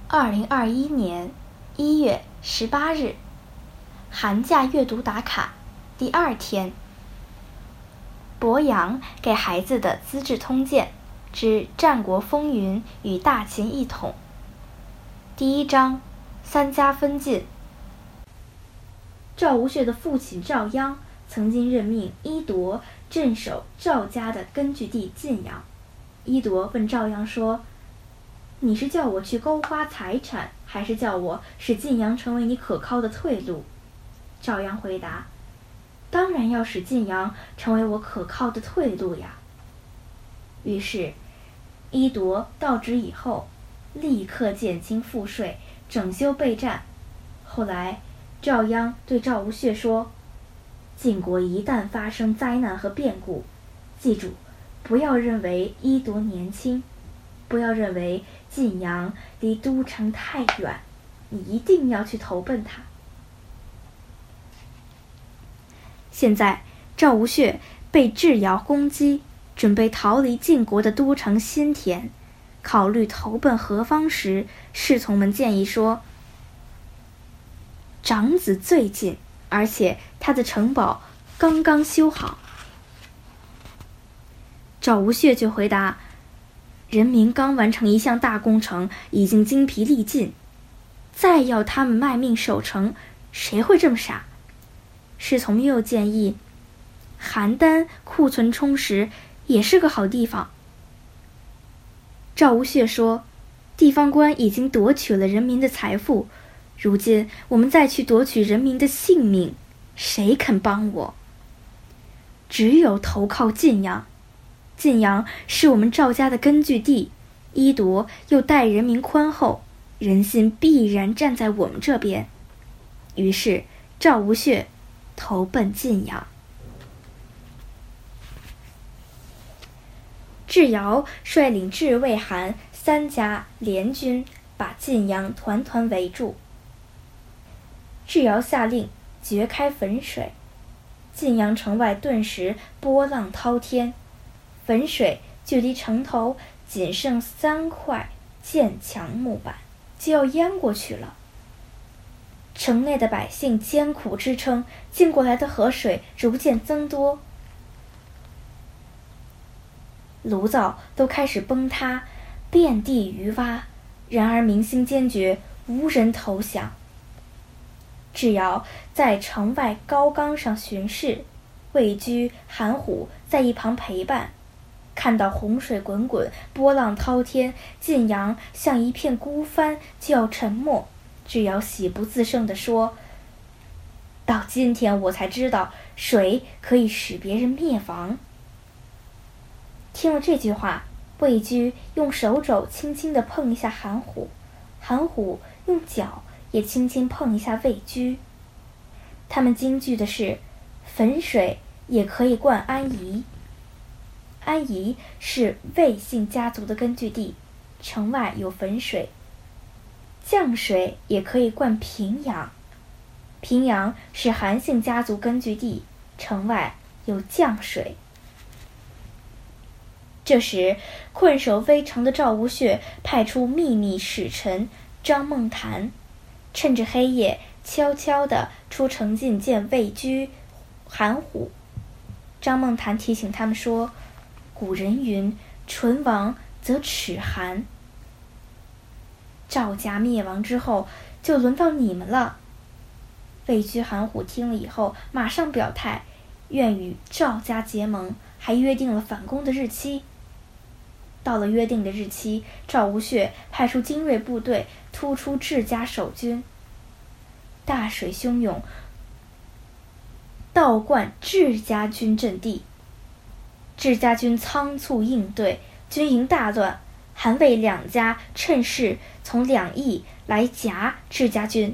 2021年1月18日，寒假阅读打卡第2天。博洋给孩子的《资治通鉴之战国风云与大秦一统》第1章三家分晋。赵无血的父亲赵鞅曾经任命伊铎镇守赵家的根据地晋阳。伊铎问赵鞅说：“你是叫我去勾花财产，还是叫我使晋阳成为你可靠的退路？”赵鞅回答：“当然要使晋阳成为我可靠的退路呀。”于是伊铎到职以后，立刻减轻赋税，整修备战。后来赵鞅对赵无血说：“晋国一旦发生灾难和变故，记住，不要认为伊铎年轻，不要认为晋阳离都城太远，你一定要去投奔他。”现在赵无血被智瑶攻击，准备逃离晋国的都城新田，考虑投奔何方时，侍从们建议说：“长子最近，而且他的城堡刚刚修好。”赵无血却回答：“人民刚完成一项大工程，已经精疲力尽，再要他们卖命守城，谁会这么傻？”侍从又建议，邯郸库存充实，也是个好地方。赵无血说：“地方官已经夺取了人民的财富，如今我们再去夺取人民的性命，谁肯帮我？只有投靠晋阳。晋阳是我们赵家的根据地，伊铎又待人民宽厚，人心必然站在我们这边。”于是赵无血投奔晋阳。智瑶率领智魏韩3家联军把晋阳团团围住。智瑶下令掘开汾水，晋阳城外顿时波浪滔天，汾水距离城头仅剩3块坚强木板，就要淹过去了。城内的百姓艰苦支撑，进过来的河水逐渐增多，炉灶都开始崩塌，遍地鱼蛙。然而民心坚决，无人投降。智瑶在城外高岗上巡视，魏居、韩虎在一旁陪伴。看到洪水滚滚，波浪滔天，晋阳像一片孤帆，就要沉没。智瑶喜不自胜地说：“到今天我才知道，水可以使别人灭亡。”听了这句话，魏居用手肘轻轻地碰一下韩虎，韩虎用脚也轻轻碰一下魏居。他们惊惧的是，汾水也可以灌安邑。安邑是魏姓家族的根据地，城外有汾水。绛水也可以灌平阳，平阳是韩姓家族根据地，城外有绛水。这时困守危城的赵无血派出秘密使臣张孟谈，趁着黑夜悄悄地出城觐见魏居、韩虎。张孟谈提醒他们说：“古人云，唇亡则齿寒。赵家灭亡之后，就轮到你们了。”魏居、韩虎听了以后，马上表态，愿与赵家结盟，还约定了反攻的日期。到了约定的日期，赵无血派出精锐部队突出智家守军，大水汹涌，倒灌智家军阵地。智家军仓促应对，军营大乱。韩魏2家趁势从2翼来夹智家军。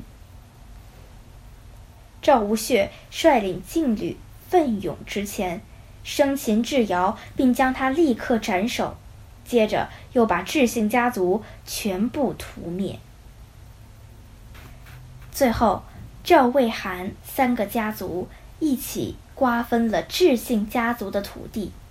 赵无血率领劲旅奋勇直前，生擒智瑶，并将他立刻斩首，接着又把智姓家族全部屠灭。最后赵魏韩3个家族一起瓜分了智姓家族的土地。